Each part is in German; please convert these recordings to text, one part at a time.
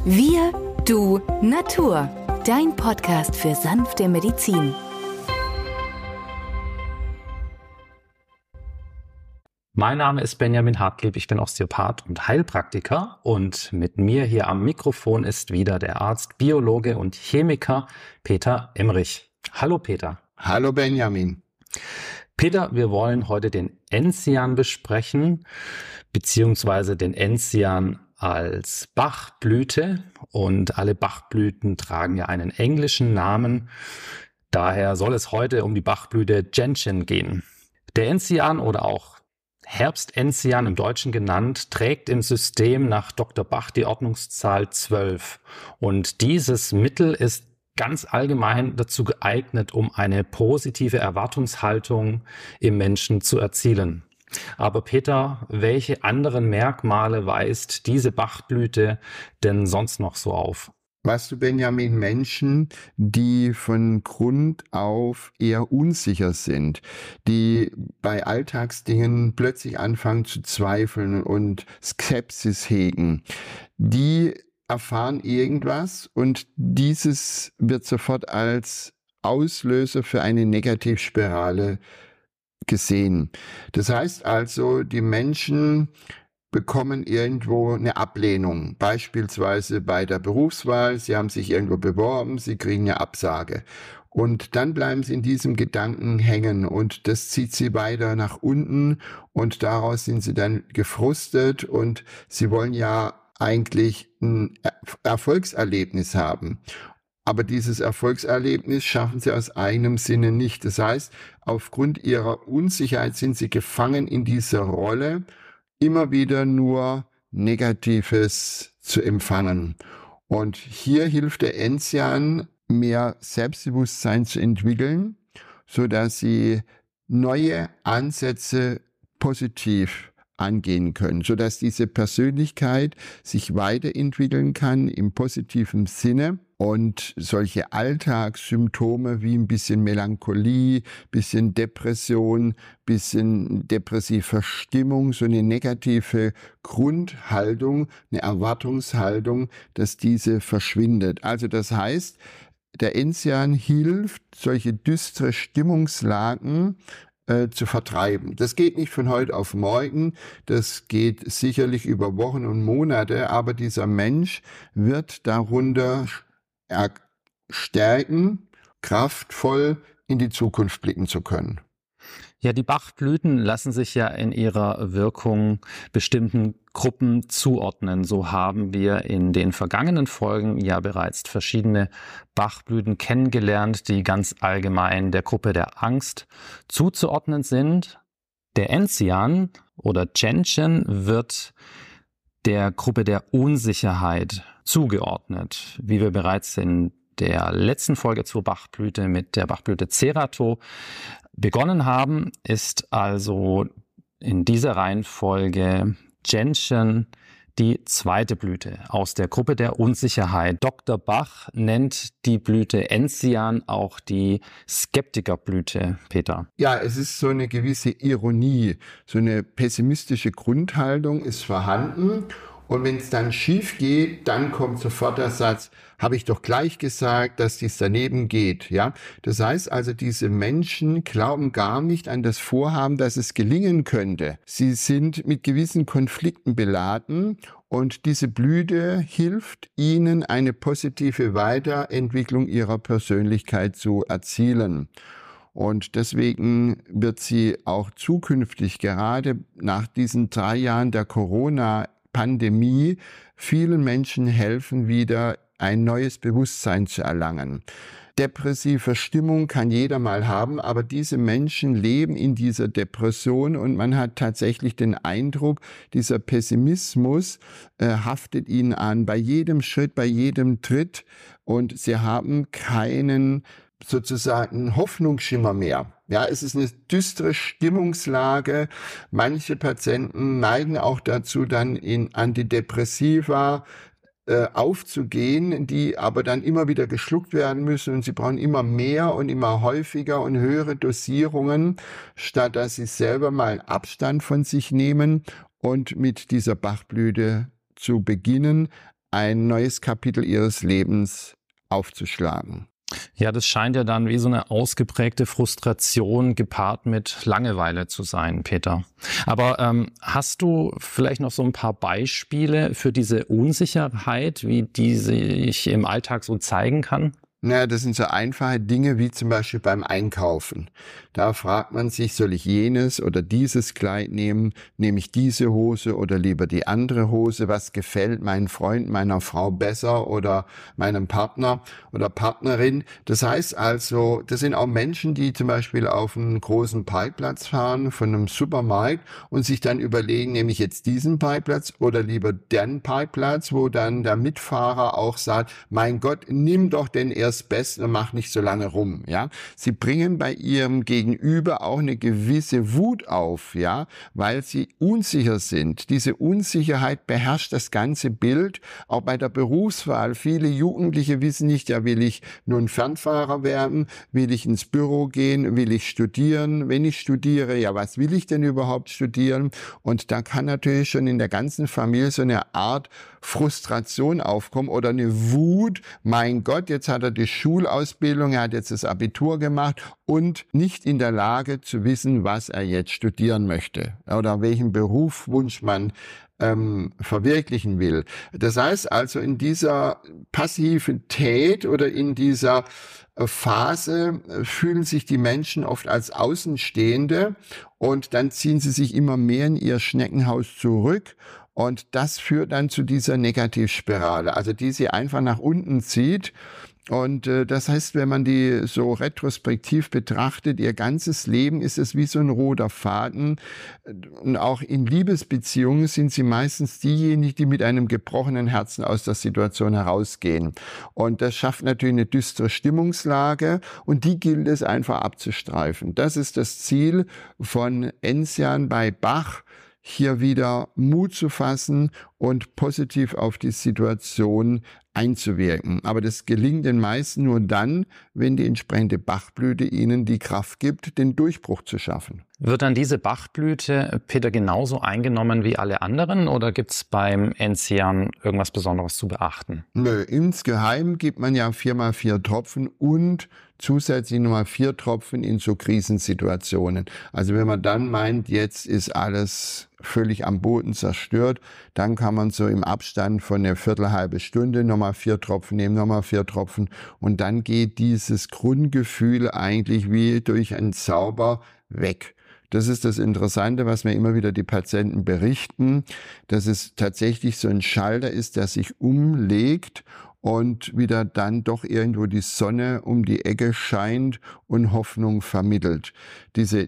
Wir, du, Natur. Dein Podcast für sanfte Medizin. Mein Name ist Benjamin Hartlieb, ich bin Osteopath und Heilpraktiker und mit mir hier am Mikrofon ist wieder der Arzt, Biologe und Chemiker Peter Emmerich. Hallo Peter. Hallo Benjamin. Peter, wir wollen heute den Enzian besprechen, beziehungsweise den Enzian als Bachblüte, und alle Bachblüten tragen ja einen englischen Namen. Daher soll es heute um die Bachblüte Gentian gehen. Der Enzian oder auch Herbstenzian im Deutschen genannt, trägt im System nach Dr. Bach die Ordnungszahl 12. Und dieses Mittel ist ganz allgemein dazu geeignet, um eine positive Erwartungshaltung im Menschen zu erzielen. Aber Peter, welche anderen Merkmale weist diese Bachblüte denn sonst noch so auf? Weißt du, Benjamin, Menschen, die von Grund auf eher unsicher sind, die bei Alltagsdingen plötzlich anfangen zu zweifeln und Skepsis hegen, die erfahren irgendwas und dieses wird sofort als Auslöser für eine Negativspirale gesehen. Das heißt also, die Menschen bekommen irgendwo eine Ablehnung, beispielsweise bei der Berufswahl. Sie haben sich irgendwo beworben, sie kriegen eine Absage. Und dann bleiben sie in diesem Gedanken hängen und das zieht sie weiter nach unten und daraus sind sie dann gefrustet und sie wollen ja eigentlich ein Erfolgserlebnis haben. Aber dieses Erfolgserlebnis schaffen sie aus eigenem Sinne nicht. Das heißt, aufgrund ihrer Unsicherheit sind sie gefangen in dieser Rolle, immer wieder nur Negatives zu empfangen. Und hier hilft der Enzian, mehr Selbstbewusstsein zu entwickeln, sodass sie neue Ansätze positiv angehen können, sodass diese Persönlichkeit sich weiterentwickeln kann im positiven Sinne und solche Alltagssymptome wie ein bisschen Melancholie, bisschen Depression, bisschen depressive Stimmung, so eine negative Grundhaltung, eine Erwartungshaltung, dass diese verschwindet. Also das heißt, der Enzian hilft, solche düstere Stimmungslagen zu vertreiben. Das geht nicht von heute auf morgen, das geht sicherlich über Wochen und Monate, aber dieser Mensch wird darunter stärken, kraftvoll in die Zukunft blicken zu können. Ja, die Bachblüten lassen sich ja in ihrer Wirkung bestimmten Gruppen zuordnen. So haben wir in den vergangenen Folgen ja bereits verschiedene Bachblüten kennengelernt, die ganz allgemein der Gruppe der Angst zuzuordnen sind. Der Enzian oder Gentian wird der Gruppe der Unsicherheit zugeordnet, wie wir bereits in der letzten Folge zur Bachblüte mit der Bachblüte Cerato begonnen haben, ist also in dieser Reihenfolge Gentian die zweite Blüte aus der Gruppe der Unsicherheit. Dr. Bach nennt die Blüte Enzian auch die Skeptikerblüte, Peter. Ja, es ist so eine gewisse Ironie, so eine pessimistische Grundhaltung ist vorhanden. Und wenn es dann schief geht, dann kommt sofort der Satz, habe ich doch gleich gesagt, dass dies daneben geht. Ja, das heißt also, diese Menschen glauben gar nicht an das Vorhaben, dass es gelingen könnte. Sie sind mit gewissen Konflikten beladen und diese Blüte hilft ihnen, eine positive Weiterentwicklung ihrer Persönlichkeit zu erzielen. Und deswegen wird sie auch zukünftig, gerade nach diesen 3 Jahren der Corona-Pandemie, vielen Menschen helfen, wieder ein neues Bewusstsein zu erlangen. Depressive Stimmung kann jeder mal haben, aber diese Menschen leben in dieser Depression und man hat tatsächlich den Eindruck, dieser Pessimismus haftet ihnen an, bei jedem Schritt, bei jedem Tritt, und sie haben keinen sozusagen Hoffnungsschimmer mehr. Ja, es ist eine düstere Stimmungslage. Manche Patienten neigen auch dazu, dann in Antidepressiva aufzugehen, die aber dann immer wieder geschluckt werden müssen und sie brauchen immer mehr und immer häufiger und höhere Dosierungen, statt dass sie selber mal Abstand von sich nehmen und mit dieser Bachblüte zu beginnen, ein neues Kapitel ihres Lebens aufzuschlagen. Ja, das scheint ja dann wie so eine ausgeprägte Frustration gepaart mit Langeweile zu sein, Peter. Aber hast du vielleicht noch so ein paar Beispiele für diese Unsicherheit, wie die sich im Alltag so zeigen kann? Na, das sind so einfache Dinge wie zum Beispiel beim Einkaufen. Da fragt man sich, soll ich jenes oder dieses Kleid nehmen? Nehme ich diese Hose oder lieber die andere Hose? Was gefällt meinem Freund, meiner Frau besser oder meinem Partner oder Partnerin? Das heißt also, das sind auch Menschen, die zum Beispiel auf einen großen Parkplatz fahren von einem Supermarkt und sich dann überlegen, nehme ich jetzt diesen Parkplatz oder lieber den Parkplatz, wo dann der Mitfahrer auch sagt, mein Gott, nimm doch den Besten und mach nicht so lange rum, ja. Sie bringen bei ihrem Gegenüber auch eine gewisse Wut auf, ja, weil sie unsicher sind. Diese Unsicherheit beherrscht das ganze Bild, auch bei der Berufswahl. Viele Jugendliche wissen nicht, ja, will ich nun Fernfahrer werden, will ich ins Büro gehen, will ich studieren, wenn ich studiere, ja, was will ich denn überhaupt studieren? Und da kann natürlich schon in der ganzen Familie so eine Art Frustration aufkommen oder eine Wut, mein Gott, jetzt hat er die Schulausbildung, er hat jetzt das Abitur gemacht und nicht in der Lage zu wissen, was er jetzt studieren möchte oder welchen Berufswunsch man verwirklichen will. Das heißt also, in dieser Passivität oder in dieser Phase fühlen sich die Menschen oft als Außenstehende und dann ziehen sie sich immer mehr in ihr Schneckenhaus zurück. Und das führt dann zu dieser Negativspirale, also die sie einfach nach unten zieht. Und das heißt, wenn man die so retrospektiv betrachtet, ihr ganzes Leben ist es wie so ein roter Faden. Und auch in Liebesbeziehungen sind sie meistens diejenigen, die mit einem gebrochenen Herzen aus der Situation herausgehen. Und das schafft natürlich eine düstere Stimmungslage und die gilt es einfach abzustreifen. Das ist das Ziel von Enzian bei Bach, hier wieder Mut zu fassen und positiv auf die Situation einzuwirken. Aber das gelingt den meisten nur dann, wenn die entsprechende Bachblüte ihnen die Kraft gibt, den Durchbruch zu schaffen. Wird dann diese Bachblüte, Peter, genauso eingenommen wie alle anderen oder gibt es beim Enzian irgendwas Besonderes zu beachten? Nö, insgeheim gibt man ja 4x4 Tropfen und zusätzlich nochmal 4 Tropfen in so Krisensituationen. Also wenn man dann meint, jetzt ist alles völlig am Boden zerstört, dann kann man so im Abstand von einer halbe Stunde nochmal 4 Tropfen nehmen, nochmal 4 Tropfen und dann geht dieses Grundgefühl eigentlich wie durch einen Zauber weg. Das ist das Interessante, was mir immer wieder die Patienten berichten, dass es tatsächlich so ein Schalter ist, der sich umlegt und wieder dann doch irgendwo die Sonne um die Ecke scheint und Hoffnung vermittelt. Diese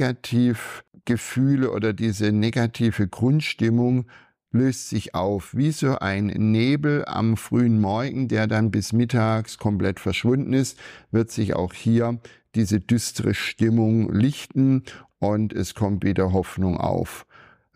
Negativgefühle oder diese negative Grundstimmung löst sich auf, wie so ein Nebel am frühen Morgen, der dann bis mittags komplett verschwunden ist, wird sich auch hier diese düstere Stimmung lichten und es kommt wieder Hoffnung auf.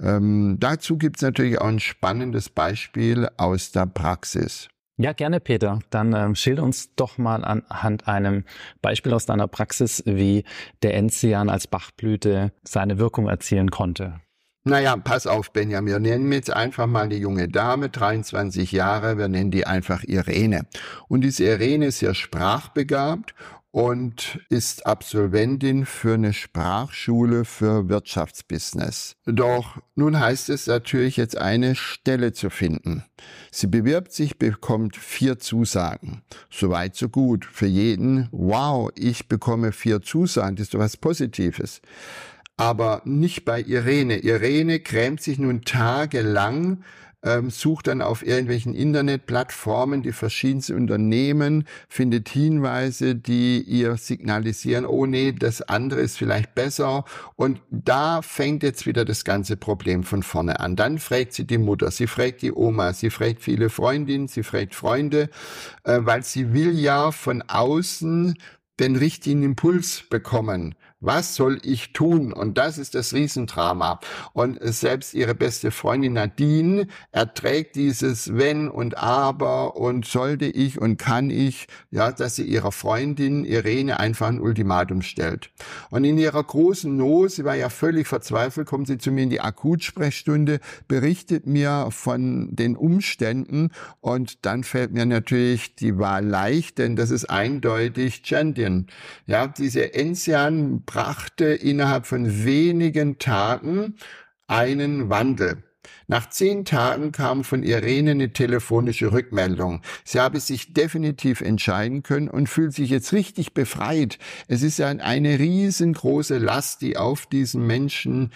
Dazu gibt es natürlich auch ein spannendes Beispiel aus der Praxis. Ja, gerne, Peter. Dann schilder uns doch mal anhand einem Beispiel aus deiner Praxis, wie der Enzian als Bachblüte seine Wirkung erzielen konnte. Naja, pass auf, Benjamin. Wir nennen jetzt einfach mal die junge Dame, 23 Jahre. Wir nennen die einfach Irene. Und diese Irene ist ja sprachbegabt und ist Absolventin für eine Sprachschule für Wirtschaftsbusiness. Doch nun heißt es natürlich jetzt eine Stelle zu finden. Sie bewirbt sich, bekommt 4 Zusagen. Soweit, so gut. Für jeden, wow, ich bekomme 4 Zusagen, das ist doch was Positives. Aber nicht bei Irene. Irene grämt sich nun tagelang, sucht dann auf irgendwelchen Internetplattformen die verschiedensten Unternehmen, findet Hinweise, die ihr signalisieren, oh nee, das andere ist vielleicht besser. Und da fängt jetzt wieder das ganze Problem von vorne an. Dann fragt sie die Mutter, sie fragt die Oma, sie fragt viele Freundinnen, sie fragt Freunde, weil sie will ja von außen den richtigen Impuls bekommen. Was soll ich tun? Und das ist das Riesendrama. Und selbst ihre beste Freundin Nadine erträgt dieses Wenn und Aber und sollte ich und kann ich, ja, dass sie ihrer Freundin Irene einfach ein Ultimatum stellt. Und in ihrer großen Not, sie war ja völlig verzweifelt, kommt sie zu mir in die Akutsprechstunde, berichtet mir von den Umständen und dann fällt mir natürlich die Wahl leicht, denn das ist eindeutig Gentian. Ja, diese Enzian brachte innerhalb von wenigen Tagen einen Wandel. Nach 10 Tagen kam von Irene eine telefonische Rückmeldung. Sie habe sich definitiv entscheiden können und fühlt sich jetzt richtig befreit. Es ist ja eine riesengroße Last, die auf diesen Menschen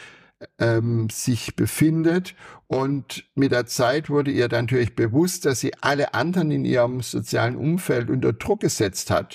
sich befindet. Und mit der Zeit wurde ihr dann natürlich bewusst, dass sie alle anderen in ihrem sozialen Umfeld unter Druck gesetzt hat.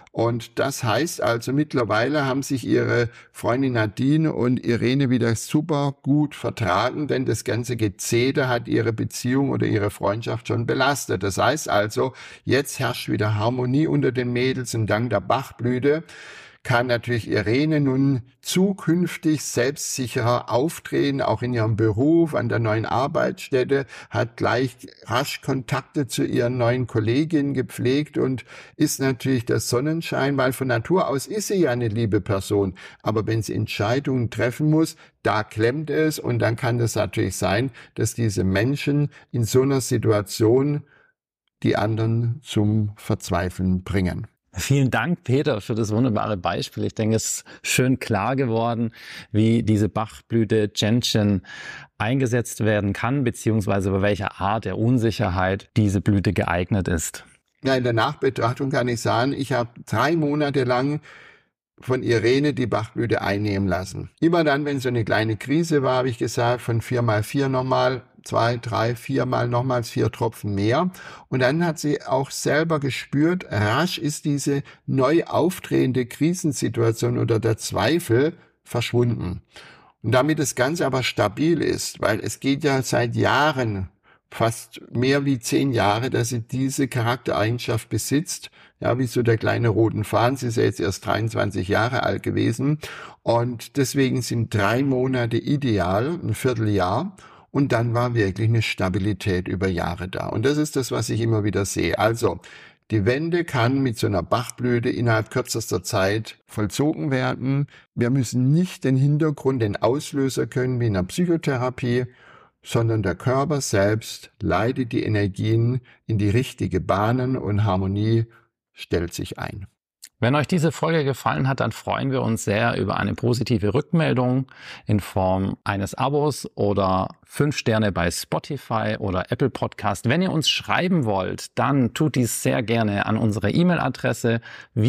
Und das heißt also, mittlerweile haben sich ihre Freundin Nadine und Irene wieder super gut vertragen, denn das ganze Gezeder hat ihre Beziehung oder ihre Freundschaft schon belastet. Das heißt also, jetzt herrscht wieder Harmonie unter den Mädels und dank der Bachblüte kann natürlich Irene nun zukünftig selbstsicherer auftreten, auch in ihrem Beruf, an der neuen Arbeitsstätte, hat gleich rasch Kontakte zu ihren neuen Kolleginnen gepflegt und ist natürlich der Sonnenschein, weil von Natur aus ist sie ja eine liebe Person. Aber wenn sie Entscheidungen treffen muss, da klemmt es und dann kann es natürlich sein, dass diese Menschen in so einer Situation die anderen zum Verzweifeln bringen. Vielen Dank, Peter, für das wunderbare Beispiel. Ich denke, es ist schön klar geworden, wie diese Bachblüte Gentian eingesetzt werden kann, beziehungsweise bei welcher Art der Unsicherheit diese Blüte geeignet ist. Ja, in der Nachbetrachtung kann ich sagen, ich habe 3 Monate lang von Irene die Bachblüte einnehmen lassen. Immer dann, wenn so eine kleine Krise war, habe ich gesagt, von 4x4 nochmal, 2, 3, 4 Mal nochmals 4 Tropfen mehr. Und dann hat sie auch selber gespürt, rasch ist diese neu auftretende Krisensituation oder der Zweifel verschwunden. Und damit das Ganze aber stabil ist, weil es geht ja seit Jahren, fast mehr wie 10 Jahre, dass sie diese Charaktereigenschaft besitzt. Ja, wie so der kleine roten Faden. Sie ist ja jetzt erst 23 Jahre alt gewesen. Und deswegen sind 3 Monate ideal, ein Vierteljahr. Und dann war wirklich eine Stabilität über Jahre da. Und das ist das, was ich immer wieder sehe. Also, die Wende kann mit so einer Bachblüte innerhalb kürzester Zeit vollzogen werden. Wir müssen nicht den Hintergrund, den Auslöser können wie in der Psychotherapie, sondern der Körper selbst leitet die Energien in die richtige Bahnen und Harmonie stellt sich ein. Wenn euch diese Folge gefallen hat, dann freuen wir uns sehr über eine positive Rückmeldung in Form eines Abos oder 5 Sterne bei Spotify oder Apple Podcast. Wenn ihr uns schreiben wollt, dann tut dies sehr gerne an unsere E-Mail-Adresse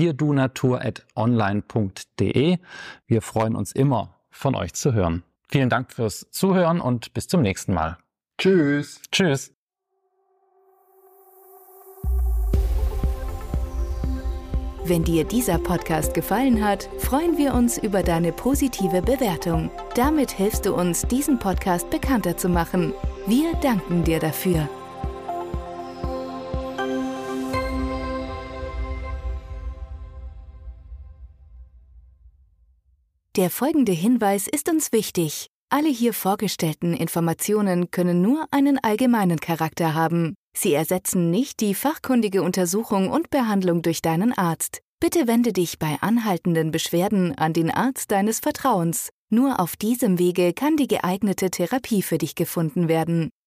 wirdunatur@online.de. Wir freuen uns immer, von euch zu hören. Vielen Dank fürs Zuhören und bis zum nächsten Mal. Tschüss. Tschüss. Wenn dir dieser Podcast gefallen hat, freuen wir uns über deine positive Bewertung. Damit hilfst du uns, diesen Podcast bekannter zu machen. Wir danken dir dafür. Der folgende Hinweis ist uns wichtig. Alle hier vorgestellten Informationen können nur einen allgemeinen Charakter haben. Sie ersetzen nicht die fachkundige Untersuchung und Behandlung durch deinen Arzt. Bitte wende dich bei anhaltenden Beschwerden an den Arzt deines Vertrauens. Nur auf diesem Wege kann die geeignete Therapie für dich gefunden werden.